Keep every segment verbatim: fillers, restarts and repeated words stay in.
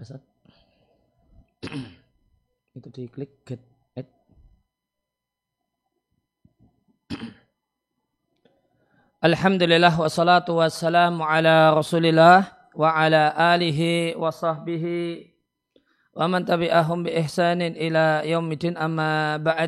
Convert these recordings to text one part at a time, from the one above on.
Dasar. Itu diklik get add. Alhamdulillah wassalatu wassalamu ala Rasulillah wa ala alihi wa sahbihi wa man tabi'ahum bi ihsanin ila yaumidin, amma ba'd.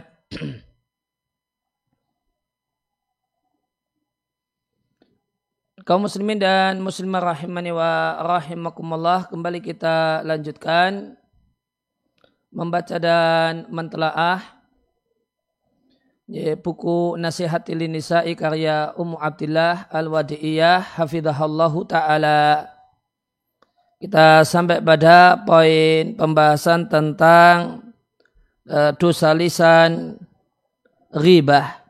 Kaum muslimin dan muslimah rahimani wa rahimakumullah, kembali kita lanjutkan membaca dan mentelaah ya, buku Nasihatil Nisa'i karya Ummu Abdillah Al-Wadi'iyah hafidhahallahu ta'ala. Kita sampai pada poin pembahasan tentang uh, dosa lisan ghibah.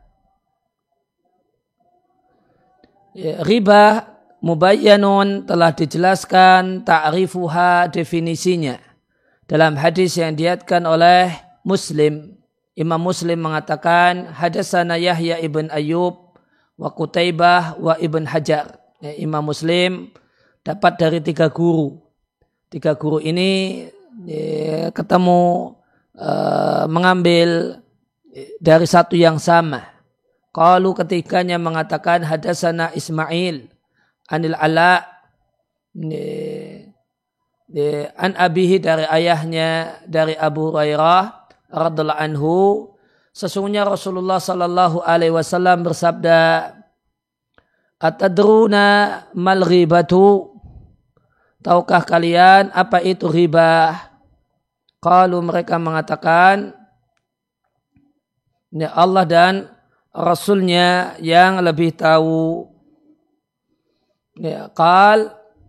Ya, riba mubayyanun telah dijelaskan ta'rifuha, definisinya dalam hadis yang diriwayatkan oleh Muslim. Imam Muslim mengatakan hadatsana Yahya ibn Ayyub wa Qutaibah wa ibn Hajar. Ya, Imam Muslim dapat dari tiga guru. Tiga guru ini ya, ketemu uh, mengambil dari satu yang sama. Qalu, ketiganya mengatakan hadatsana Ismail anil Ala an abihi, dari ayahnya dari Abu Hurairah radhiallahu anhu, sesungguhnya Rasulullah sallallahu alaihi wasallam bersabda, atadruna mal ghibatu, tahukah kalian apa itu riba? Qalu, mereka mengatakan ya Allah dan Rasulnya yang lebih tahu. Ya, qal,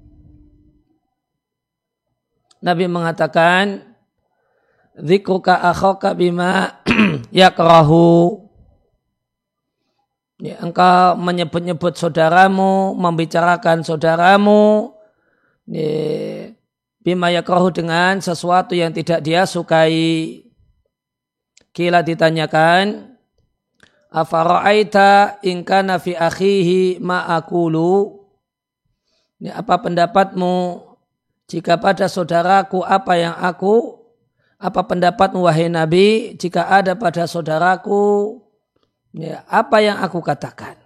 Nabi mengatakan, dzikruka akhaka bima yakrahu. Ya, engkau menyebut-nyebut saudaramu, membicarakan saudaramu, ya, bima yakrahu, dengan sesuatu yang tidak dia sukai. Kila, ditanyakan, afara'aita in kana fi akhihi ma aqulu, ya, apa pendapatmu jika pada saudaraku apa yang aku, apa pendapatmu wahai Nabi jika ada pada saudaraku ya, apa yang aku katakan?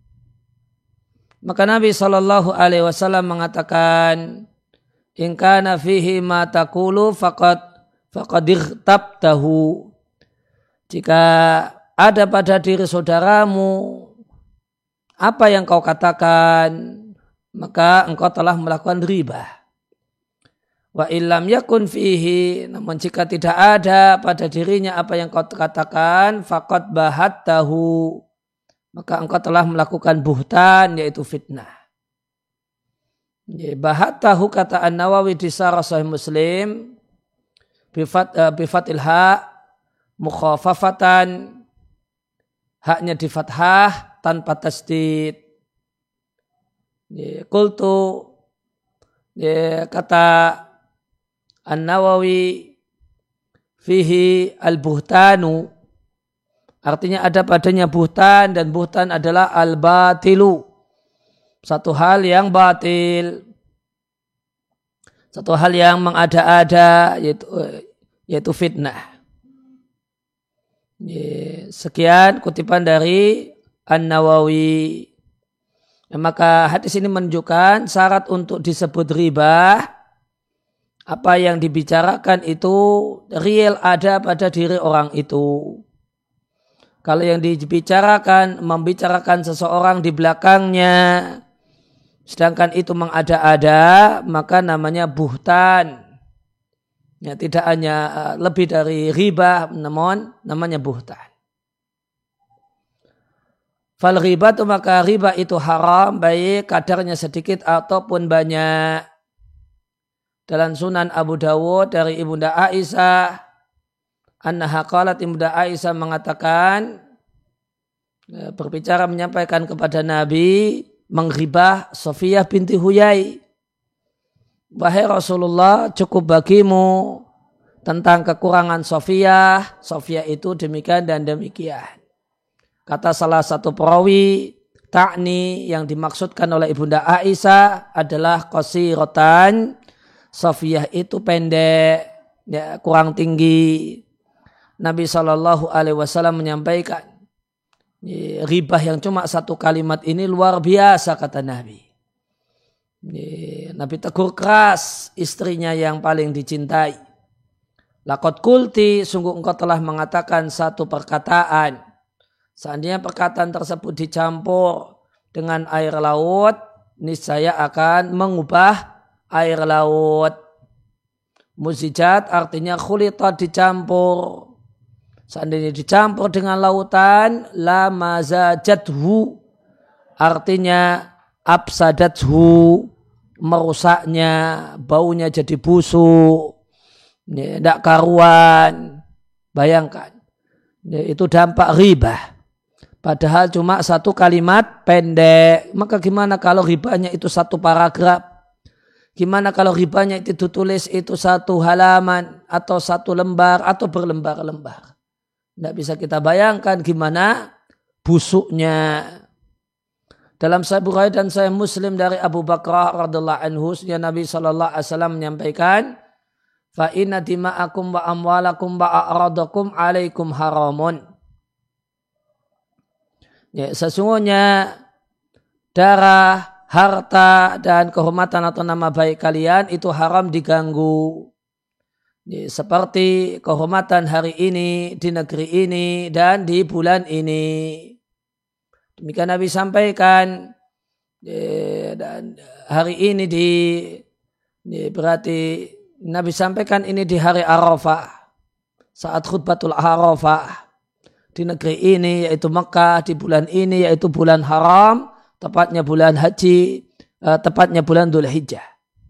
Maka Nabi shallallahu alaihi wasallam mengatakan, in kana fihi ma taqulu faqad faqad ightabtahu, jika ada pada diri saudaramu apa yang kau katakan, maka engkau telah melakukan riba. Wa illam yakun fihi, namun jika tidak ada pada dirinya apa yang kau katakan, faqad bahattahu, maka engkau telah melakukan buhtan, yaitu fitnah. Bahattahu, kata An-Nawawi di Syarah Sahih Muslim, bifat uh, bifatil ha mukhafafatan, haknya di fathah tanpa tasdid. Qultu, kata An-Nawawi, fihi al-buhtanu, artinya ada padanya buhtan, dan buhtan adalah al-batilu, satu hal yang batil, satu hal yang mengada-ada, yaitu, yaitu fitnah. Sekian kutipan dari An-Nawawi. Maka hadis ini menunjukkan syarat untuk disebut riba, apa yang dibicarakan itu real ada pada diri orang itu. Kalau yang dibicarakan, membicarakan seseorang di belakangnya, sedangkan itu mengada-ada, maka namanya buhtan. Ya, tidak hanya lebih dari riba, namun namanya buhtan. Fal riba itu, maka riba itu haram, baik kadarnya sedikit ataupun banyak. Dalam Sunan Abu Dawud dari Ibunda Aisyah, annaha qalat, Ibunda Aisyah mengatakan, berbicara menyampaikan kepada Nabi, menghibah Sofiyah binti Huyai, wahai Rasulullah, cukup bagimu tentang kekurangan Sofiyah. Sofiyah itu demikian dan demikian. Kata salah satu perawi, ta'ni, yang dimaksudkan oleh Ibunda Aisyah adalah qasiratan, Safiyah itu pendek, ya, kurang tinggi. Nabi shallallahu alaihi wasallam menyampaikan, ribah yang cuma satu kalimat ini luar biasa, kata Nabi. Nabi tegur keras istrinya yang paling dicintai. Laqad qulti, sungguh engkau telah mengatakan satu perkataan. Seandainya perkataan tersebut dicampur dengan air laut, niscaya akan mengubah air laut. Muzijat artinya khulitat, dicampur. Seandainya dicampur dengan lautan, la mazajathu, artinya absadathu, merusaknya, baunya jadi busuk, tidak karuan. Bayangkan, itu dampak ribah. Padahal cuma satu kalimat pendek. Maka gimana kalau ribanya itu satu paragraf? Gimana kalau ribanya itu ditulis itu satu halaman atau satu lembar atau berlembar-lembar? Tidak bisa kita bayangkan gimana busuknya. Dalam Sahih Bukhari dan Sahih Muslim dari Abu Bakar radhiallahu anhu, Nabi sallallahu alaihi wasallam menyampaikan, fa inna dima'akum wa amwalakum wa a'radakum alaikum haramun. Ya, sesungguhnya darah, harta dan kehormatan atau nama baik kalian itu haram diganggu. Ya, seperti kehormatan hari ini di negeri ini dan di bulan ini. Demikian Nabi sampaikan, ya, dan hari ini di, ya, berarti Nabi sampaikan ini di hari Arafah, saat khutbatul Arafah di negeri ini yaitu Mekah, di bulan ini yaitu bulan haram, tepatnya bulan haji, eh, tepatnya bulan Dzulhijjah.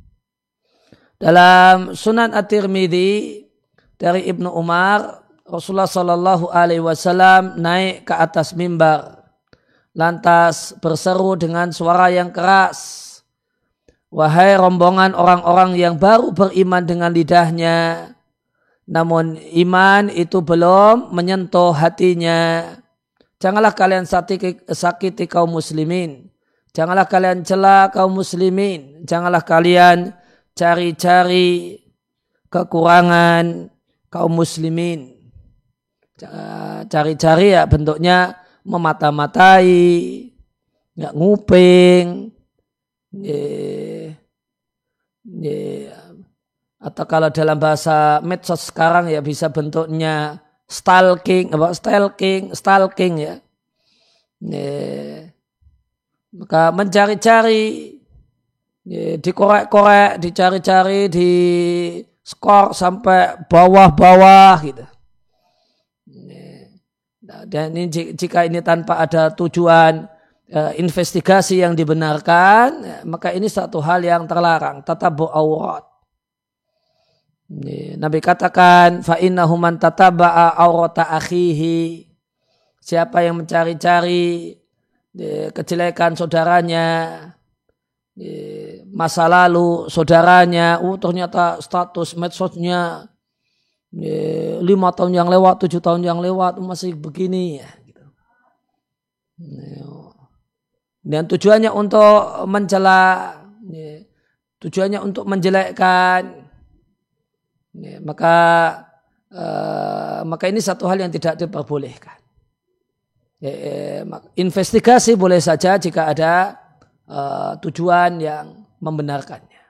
Dalam Sunan At-Tirmidzi dari Ibnu Umar, Rasulullah Shallallahu Alaihi Wasallam naik ke atas mimbar, lantas berseru dengan suara yang keras, wahai rombongan orang-orang yang baru beriman dengan lidahnya, namun iman itu belum menyentuh hatinya. Janganlah kalian sakiti, sakiti kaum muslimin. Janganlah kalian cela kaum muslimin. Janganlah kalian cari-cari kekurangan kaum muslimin. Cari-cari ya bentuknya memata-matai, nggak nguping, yeah, yeah. Atau kalau dalam bahasa medsos sekarang ya bisa bentuknya stalking, apa stalking, stalking ya. Yeah. Maka mencari-cari, yeah, dikorek-korek, dicari-cari, di skor sampai bawah-bawah gitu. Dan ini, jika ini tanpa ada tujuan uh, investigasi yang dibenarkan, ya, maka ini satu hal yang terlarang, tatabu aurat. Nabi katakan, fa innahu man tataba'a aurata akhihi, siapa yang mencari-cari ya, kejelekan saudaranya, ya, masa lalu saudaranya, oh ternyata status medsosnya lima tahun yang lewat, tujuh tahun yang lewat masih begini ya. Gitu. Dan tujuannya untuk mencela, tujuannya untuk menjelekkan, maka uh, maka ini satu hal yang tidak diperbolehkan. Investigasi boleh saja jika ada uh, tujuan yang membenarkannya.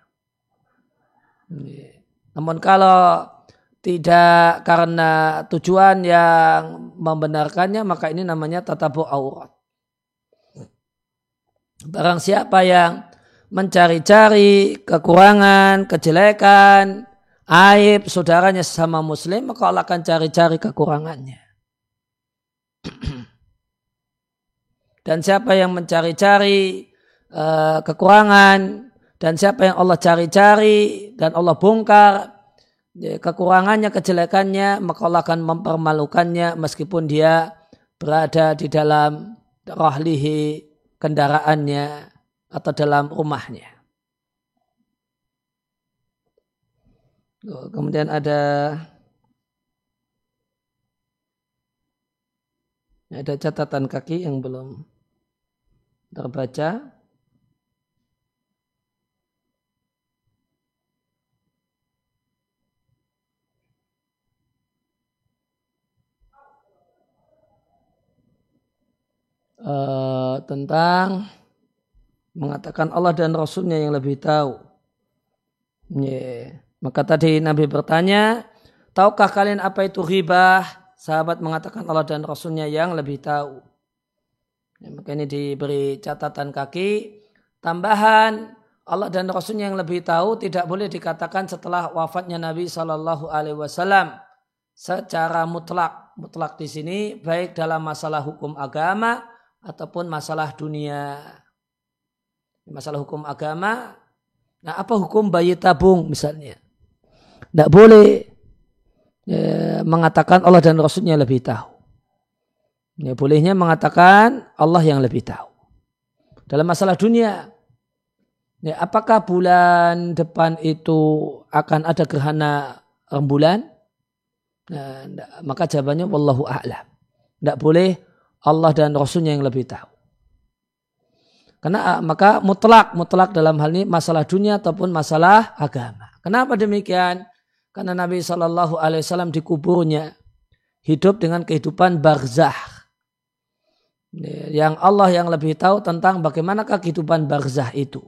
Namun kalau tidak karena tujuan yang membenarkannya, maka ini namanya tatabu aurat. Barang siapa yang mencari-cari kekurangan, kejelekan, aib saudaranya sesama muslim, maka Allah akan cari-cari kekurangannya. Dan siapa yang mencari-cari uh, kekurangan, dan siapa yang Allah cari-cari dan Allah bongkar kekurangannya, kejelekannya, maka Allah akan mempermalukannya meskipun dia berada di dalam rahlihi, kendaraannya, atau dalam rumahnya. Kemudian ada ada catatan kaki yang belum terbaca. uh, tentang mengatakan Allah dan Rasulnya yang lebih tahu. Yeah. Maka tadi Nabi bertanya, tahukah kalian apa itu ghibah? Sahabat mengatakan Allah dan Rasulnya yang lebih tahu. Ya, maka ini diberi catatan kaki. Tambahan, Allah dan Rasulnya yang lebih tahu tidak boleh dikatakan setelah wafatnya Nabi Shallallahu Alaihi Wasallam secara mutlak. Mutlak di sini baik dalam masalah hukum agama ataupun masalah dunia. Masalah hukum agama, nah apa hukum bayi tabung misalnya? Tidak boleh ya, mengatakan Allah dan Rasulnya lebih tahu. Ya, bolehnya mengatakan Allah yang lebih tahu. Dalam masalah dunia, ya, apakah bulan depan itu akan ada gerhana rembulan? Nah, maka jawabannya wallahu a'lam. Tidak boleh Allah dan Rasulnya yang lebih tahu. Karena maka mutlak, mutlak dalam hal ini masalah dunia ataupun masalah agama. Kenapa demikian? Karena Nabi shallallahu alaihi wasallam dikuburnya hidup dengan kehidupan barzah. Yang Allah yang lebih tahu tentang bagaimanakah kehidupan barzah itu.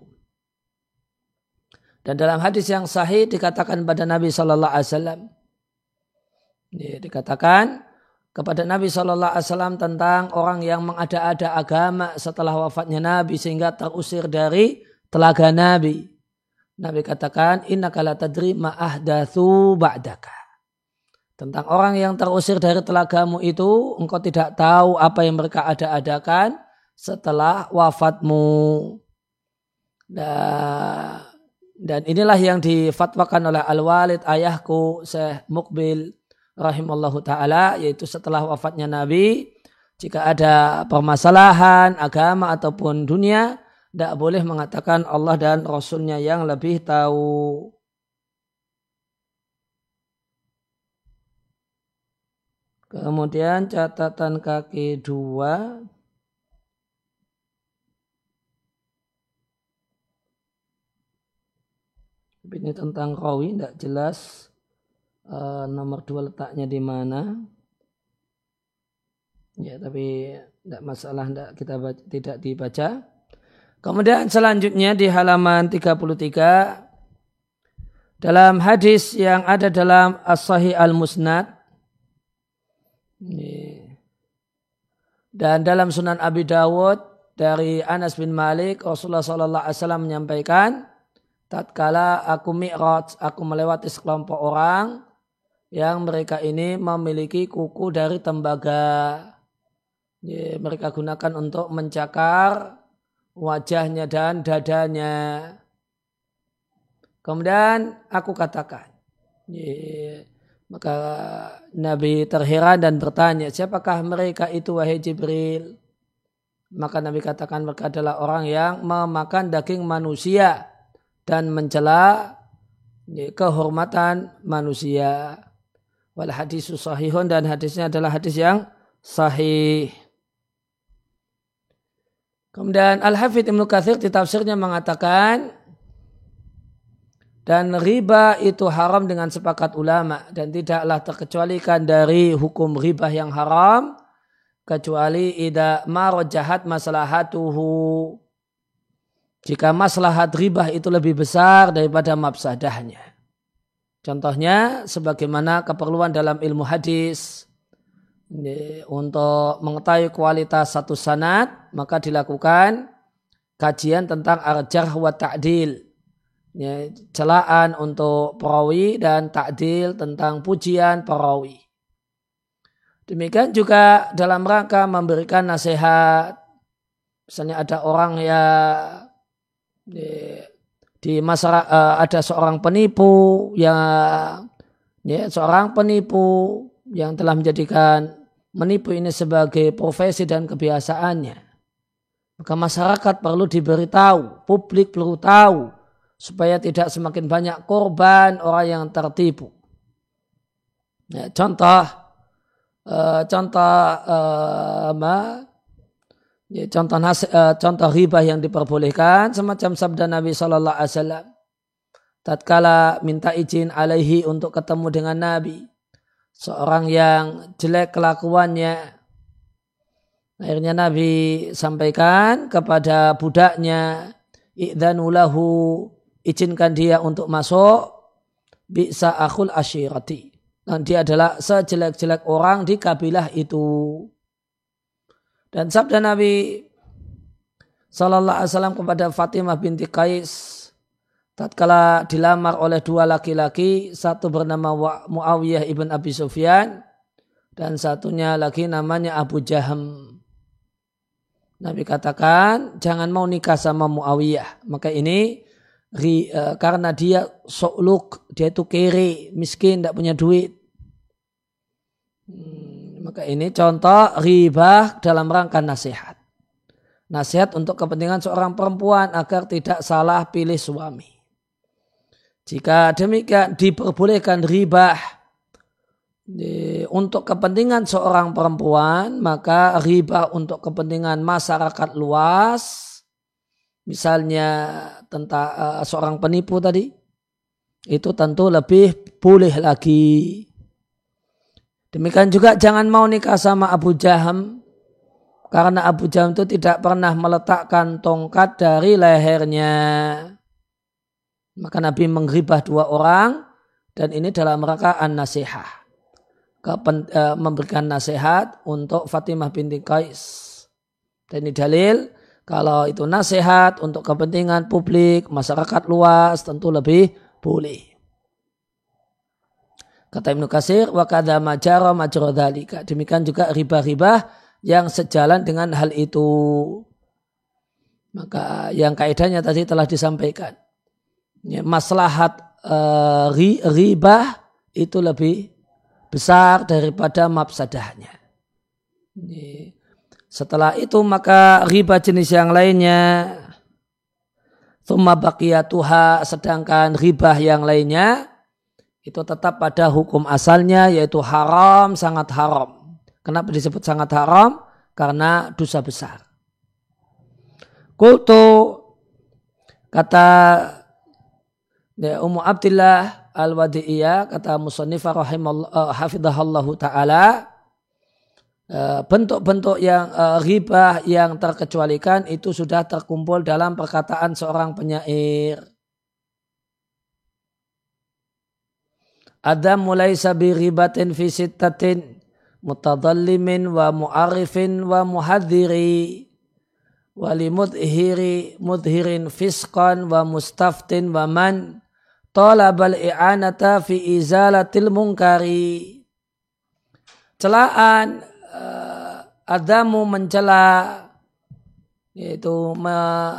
Dan dalam hadis yang sahih dikatakan pada Nabi shallallahu alaihi wasallam, dikatakan kepada Nabi shallallahu alaihi wasallam tentang orang yang mengada-ada agama setelah wafatnya Nabi sehingga terusir dari telaga Nabi. Nabi katakan, innaka la tadri ma ahdatsu ba'daka. Tentang orang yang terusir dari telagamu itu, engkau tidak tahu apa yang mereka ada-adakan setelah wafatmu. Dan, dan inilah yang difatwakan oleh Al-Walid ayahku Syekh Muqbil rahimallahu ta'ala, yaitu setelah wafatnya Nabi, jika ada permasalahan agama ataupun dunia, tidak boleh mengatakan Allah dan Rasulnya yang lebih tahu. Kemudian catatan kaki dua, ini tentang rawi, tidak jelas. Uh, nomor dua letaknya di mana? Ya, tapi tidak masalah, tidak kita baca, tidak dibaca. Kemudian selanjutnya di halaman tiga puluh tiga dalam hadis yang ada dalam As-Sahih Al-Musnad dan dalam Sunan Abi Dawud dari Anas bin Malik, Rasulullah Sallallahu Alaihi Wasallam menyampaikan, tatkala aku mi'raj, aku melewati sekelompok orang yang mereka ini memiliki kuku dari tembaga. Ya, mereka gunakan untuk mencakar wajahnya dan dadanya. Kemudian aku katakan, ya, maka Nabi terheran dan bertanya, siapakah mereka itu wahai Jibril? Maka Nabi katakan mereka adalah orang yang memakan daging manusia dan mencela ya, kehormatan manusia. Wal hadisu sahihun, dan hadisnya adalah hadis yang sahih. Kemudian Al-Hafidz Ibnu Katsir di tafsirnya mengatakan, dan riba itu haram dengan sepakat ulama dan tidaklah terkecualikan dari hukum riba yang haram kecuali idza marjahat maslahatuhu, jika maslahat riba itu lebih besar daripada mafsadahnya. Contohnya sebagaimana keperluan dalam ilmu hadis untuk mengetahui kualitas satu sanad, maka dilakukan kajian tentang al-jarh wa ta'dil, ya, celaan untuk perawi dan ta'dil tentang pujian perawi. Demikian juga dalam rangka memberikan nasihat, misalnya ada orang yang ya, di masyarakat uh, ada seorang penipu yang ya, seorang penipu yang telah menjadikan menipu ini sebagai profesi dan kebiasaannya. Maka masyarakat perlu diberitahu, publik perlu tahu supaya tidak semakin banyak korban orang yang tertipu. Ya, contoh uh, contoh uh, ma, Ya, contoh, nas, uh, contoh riba yang diperbolehkan semacam sabda Nabi Sallallahu Alaihi Wasallam tatkala minta izin alaihi untuk ketemu dengan Nabi, seorang yang jelek kelakuannya, Akhirnya Nabi sampaikan kepada budaknya, i'dzanu lahu, izinkan dia untuk masuk, bi'sa akhul asyirati. Dan dia adalah sejelek-jelek orang di kabilah itu. Dan sabda Nabi sallallahu alaihi wasallam kepada Fatimah binti Qais, tatkala dilamar oleh dua laki-laki, satu bernama Muawiyah ibn Abi Sufyan, dan satunya lagi namanya Abu Jaham. Nabi katakan, jangan mau nikah sama Muawiyah. Maka ini ri, uh, karena dia so'luk, dia itu kere, miskin, tidak punya duit. Hmm, maka ini contoh ribah dalam rangka nasihat. Nasihat untuk kepentingan seorang perempuan agar tidak salah pilih suami. Jika demikian diperbolehkan ribah Di, untuk kepentingan seorang perempuan, maka riba untuk kepentingan masyarakat luas, misalnya tentang uh, seorang penipu tadi, itu tentu lebih boleh lagi. Demikian juga jangan mau nikah sama Abu Jaham, karena Abu Jaham itu tidak pernah meletakkan tongkat dari lehernya. Maka Nabi mengribah dua orang, dan ini dalam rangka an-nasihah. Kepen, uh, memberikan nasihat untuk Fatimah binti Qais. Dan ini dalil kalau itu nasihat untuk kepentingan publik, masyarakat luas, tentu lebih boleh. Kata Ibnu Katsir, wa kadza majara majra dzalika. Demikian juga riba-riba yang sejalan dengan hal itu. Maka yang kaidahnya tadi telah disampaikan. Ya, maslahat uh, riba itu lebih besar daripada mafsadahnya. Setelah itu maka riba jenis yang lainnya, tsumma baqiyatuha, sedangkan riba yang lainnya itu tetap pada hukum asalnya, yaitu haram, sangat haram. Kenapa disebut sangat haram? Karena dosa besar. Qultu, kata ya, Ummu Abdillah Al-Wadi'iyah, kata musannifah rahimahullah hafidhahallahu ta'ala, bentuk-bentuk yang ghibah yang terkecualikan itu sudah terkumpul dalam perkataan seorang penyair. Ada mulai sabi ghibatin fi sittatin mutadallimin wa mu'arifin wa muhadhiri wa limudhiri mudhirin fisqan wa mustaftin wa man talabal i'anata fi izalatil munkari. Celaan uh, adamu mencela, yaitu me,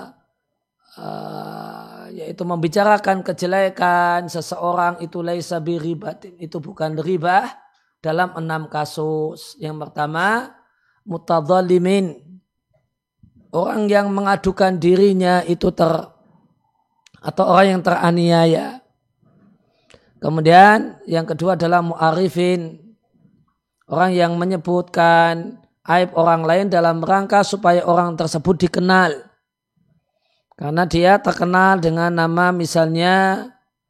uh, yaitu membicarakan kejelekan seseorang, itu laisa bi ribatin, itu bukan ribah dalam enam kasus. Yang pertama, mutadzalimin, orang yang mengadukan dirinya itu ter atau orang yang teraniaya. Kemudian yang kedua adalah mu'arifin, orang yang menyebutkan aib orang lain dalam rangka supaya orang tersebut dikenal. Karena dia terkenal dengan nama misalnya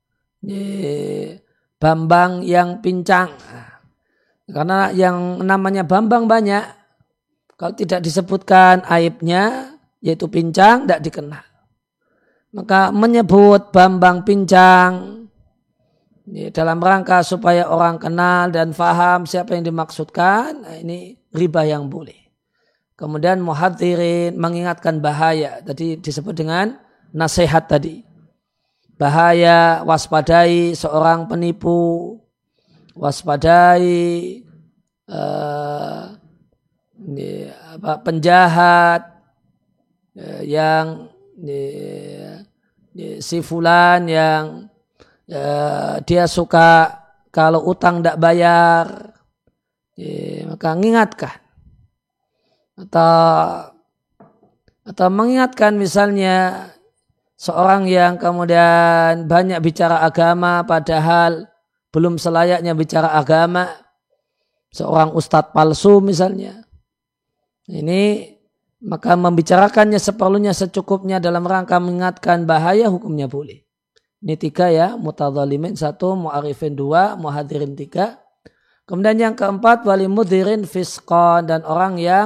Bambang yang pincang. Karena yang namanya Bambang banyak, kalau tidak disebutkan aibnya yaitu pincang, tidak dikenal. Maka menyebut Bambang pincang dalam rangka supaya orang kenal dan faham siapa yang dimaksudkan, ini riba yang boleh. Kemudian muhadzirin, mengingatkan bahaya, tadi disebut dengan nasihat tadi. Bahaya, waspadai seorang penipu, waspadai uh, ini, apa, penjahat uh, yang ini, ini, si fulan yang ya, dia suka kalau utang tidak bayar, ya, maka mengingatkan atau atau mengingatkan misalnya seorang yang kemudian banyak bicara agama padahal belum selayaknya bicara agama, seorang ustadz palsu misalnya, ini maka membicarakannya seperlunya secukupnya dalam rangka mengingatkan bahaya, hukumnya boleh. Ini tiga ya, mutadzalimin satu, mu'arifin dua, muhadirin tiga. Kemudian yang keempat, wali mudhirin fisqan, dan orang yang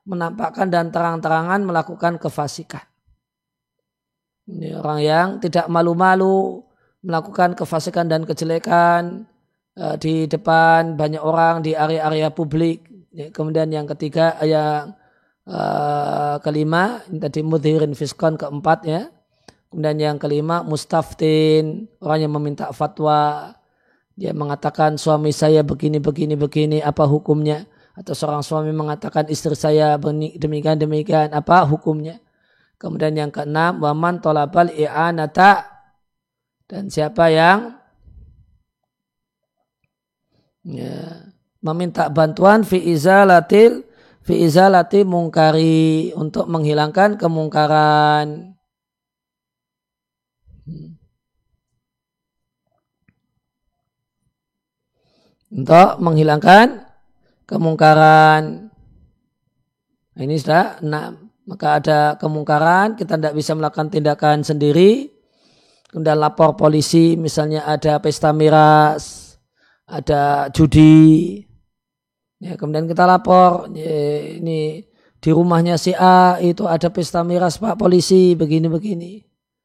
menampakkan dan terang-terangan melakukan kefasikan. Ini orang yang tidak malu-malu melakukan kefasikan dan kejelekan uh, di depan banyak orang di area-area publik. Ya, kemudian yang ketiga, yang uh, kelima, ini tadi mudhirin fiskon keempat ya. Kemudian yang kelima, mustaftin, orang yang meminta fatwa. Dia mengatakan suami saya begini, begini, begini, apa hukumnya? Atau seorang suami mengatakan istri saya demikian, demikian, apa hukumnya? Kemudian yang keenam, waman tolabal i'anata, dan siapa yang ya, meminta bantuan fi izalatil fi izalati mungkari, untuk menghilangkan kemungkaran. Untuk menghilangkan kemungkaran. Ini sudah enam. Maka ada kemungkaran, kita tidak bisa melakukan tindakan sendiri. Kemudian lapor polisi, misalnya ada pesta miras, ada judi. Ya, kemudian kita lapor, ya, ini di rumahnya si A itu ada pesta miras Pak Polisi, begini-begini.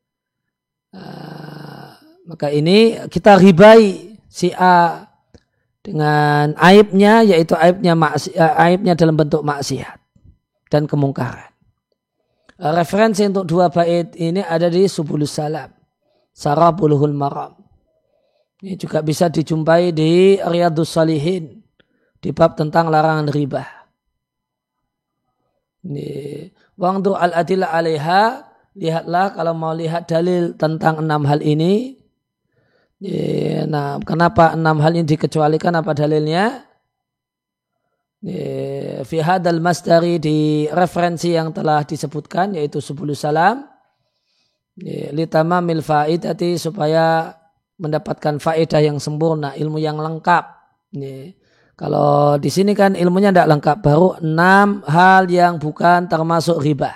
Uh, maka ini kita ribai si A dengan aibnya, yaitu aibnya, maksi, aibnya dalam bentuk maksiat dan kemungkaran. Referensi untuk dua bait ini ada di Subulus Salam, Sarah Bulughul Maram. Ini juga bisa dijumpai di Riyadhus Shalihin di bab tentang larangan riba. Ini wangdu al-adillah alaiha, lihatlah kalau mau lihat dalil tentang enam hal ini. Nah, kenapa enam hal ini dikecualikan, apa dalilnya? Fi hadal masdari, di referensi yang telah disebutkan yaitu Subulus Salam, litamamil faidati, supaya mendapatkan faedah yang sempurna, ilmu yang lengkap. Kalau di sini kan ilmunya tidak lengkap, baru enam hal yang bukan termasuk riba.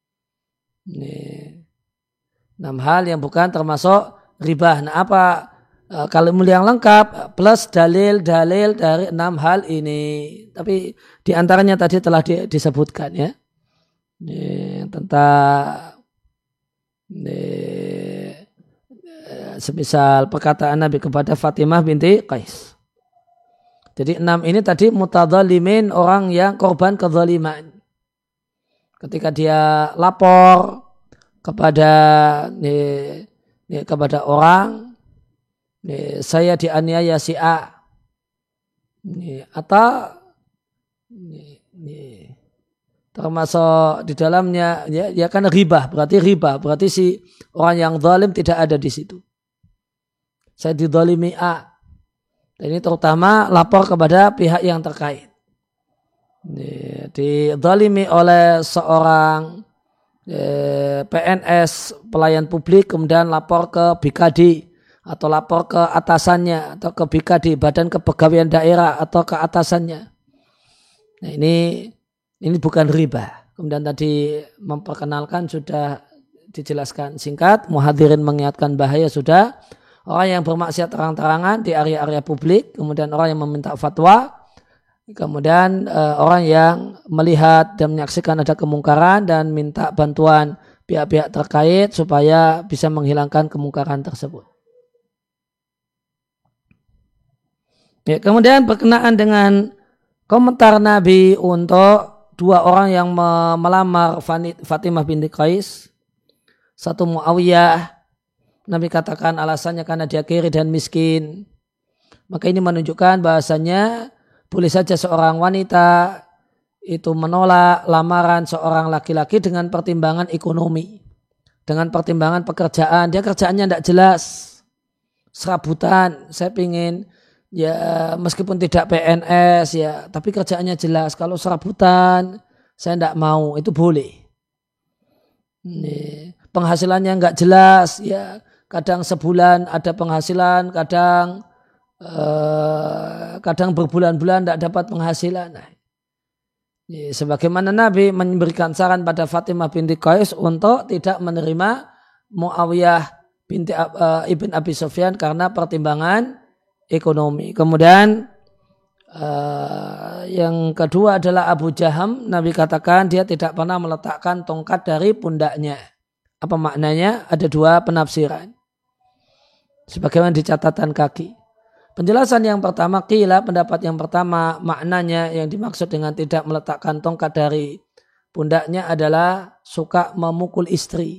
Enam hal yang bukan termasuk riba. Nah, apa kalau ilmu yang lengkap plus dalil-dalil dari enam hal ini. Tapi diantaranya tadi telah di, disebutkan ya. Ini, tentang ini, semisal perkataan Nabi kepada Fatimah binti Qais. Jadi enam ini tadi mutadzalimin, orang yang korban kezaliman. Ketika dia lapor kepada ini, ini, kepada orang, Ini, saya dianiaya si A, ini, atau ini, ini, termasuk di dalamnya ya, ya kan riba, berarti riba, berarti si orang yang zalim tidak ada di situ. Saya dizalimi A, dan ini terutama lapor kepada pihak yang terkait. Ini, dizalimi oleh seorang eh, P N S, pelayan publik, kemudian lapor ke B K D atau lapor ke atasannya atau ke B K D, Badan Kepegawaian Daerah, atau ke atasannya. Nah, ini ini bukan riba. Kemudian tadi memperkenalkan sudah dijelaskan singkat, muhadirin mengingatkan bahaya sudah. Orang yang bermaksiat terang-terangan di area-area publik, kemudian orang yang meminta fatwa, kemudian uh, orang yang melihat dan menyaksikan ada kemungkaran dan minta bantuan pihak-pihak terkait supaya bisa menghilangkan kemungkaran tersebut. Ya, kemudian berkenaan dengan komentar Nabi untuk dua orang yang melamar Fatimah binti Qais. Satu Muawiyah, Nabi katakan alasannya karena dia kiri dan miskin. Maka ini menunjukkan bahasanya boleh saja seorang wanita itu menolak lamaran seorang laki-laki dengan pertimbangan ekonomi, dengan pertimbangan pekerjaan. Dia kerjaannya tidak jelas, serabutan. Saya pingin ya meskipun tidak P N S ya, tapi kerjaannya jelas. Kalau serabutan saya tidak mau, itu boleh. Nih, penghasilannya nggak jelas ya, kadang sebulan ada penghasilan, kadang eh, kadang berbulan-bulan tidak dapat penghasilan. Nah, ya, sebagaimana Nabi memberikan saran pada Fatimah binti Qais untuk tidak menerima Muawiyah binti uh, Ibn Abi Sufyan karena pertimbangan ekonomi. Kemudian Uh, yang kedua adalah Abu Jaham. Nabi katakan dia tidak pernah meletakkan tongkat dari pundaknya. Apa maknanya? Ada dua penafsiran. Sebagaimana di catatan kaki. Penjelasan yang pertama, qila, pendapat yang pertama, maknanya yang dimaksud dengan tidak meletakkan tongkat dari pundaknya adalah suka memukul istri.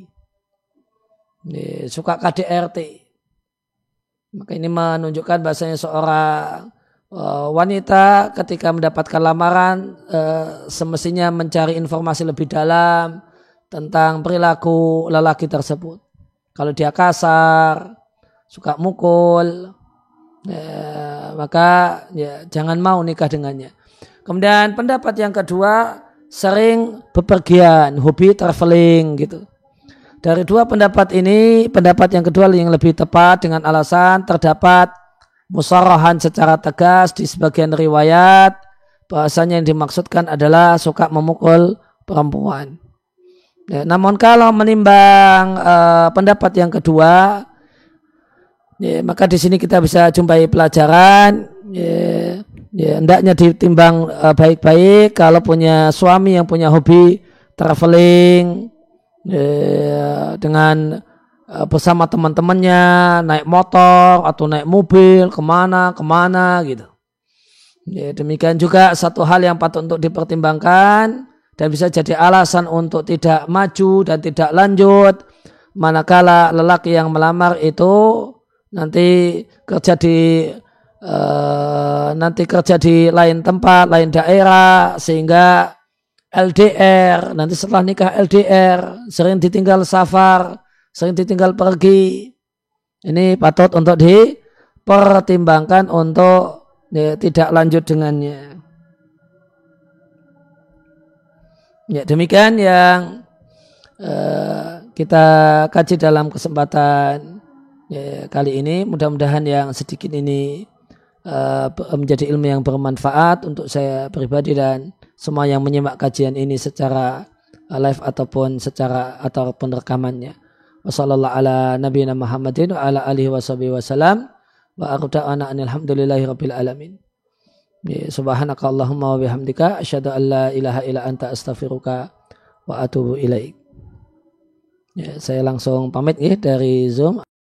Ini, suka K D R T. Maka ini menunjukkan bahasanya seorang wanita ketika mendapatkan lamaran semestinya mencari informasi lebih dalam tentang perilaku lelaki tersebut. Kalau dia kasar, suka mukul, ya, maka ya, jangan mau nikah dengannya. Kemudian pendapat yang kedua, sering bepergian, hobi traveling gitu. Dari dua pendapat ini, pendapat yang kedua yang lebih tepat dengan alasan terdapat musarahan secara tegas di sebagian riwayat bahasanya yang dimaksudkan adalah suka memukul perempuan. Ya, namun kalau menimbang uh, pendapat yang kedua, ya, maka di sini kita bisa jumpai pelajaran. Ya, ya, hendaknya ditimbang uh, baik-baik kalau punya suami yang punya hobi traveling ya, dengan bersama teman-temannya naik motor atau naik mobil kemana kemana gitu. Ya, demikian juga satu hal yang patut untuk dipertimbangkan dan bisa jadi alasan untuk tidak maju dan tidak lanjut manakala lelaki yang melamar itu nanti kerja di uh, nanti kerja di lain tempat, lain daerah sehingga L D R, nanti setelah nikah L D R, sering ditinggal safar, sering ditinggal pergi. Ini patut untuk dipertimbangkan untuk ya, tidak lanjut dengannya. Ya, demikian yang uh, kita kaji dalam kesempatan ya, kali ini. Mudah-mudahan yang sedikit ini uh, menjadi ilmu yang bermanfaat untuk saya pribadi dan semua yang menyimak kajian ini secara live ataupun secara ataupun rekamannya. Wassallallahu ala nabiyina Muhammadin wa ala alihi washabihi wasallam wa aqda'ana alhamdulillahi rabbil alamin. Subhanaka Allahumma wa bihamdika asyhadu an la ilaha illa anta astaghfiruka wa atubu ilaik. Ya, saya langsung pamit ya dari Zoom.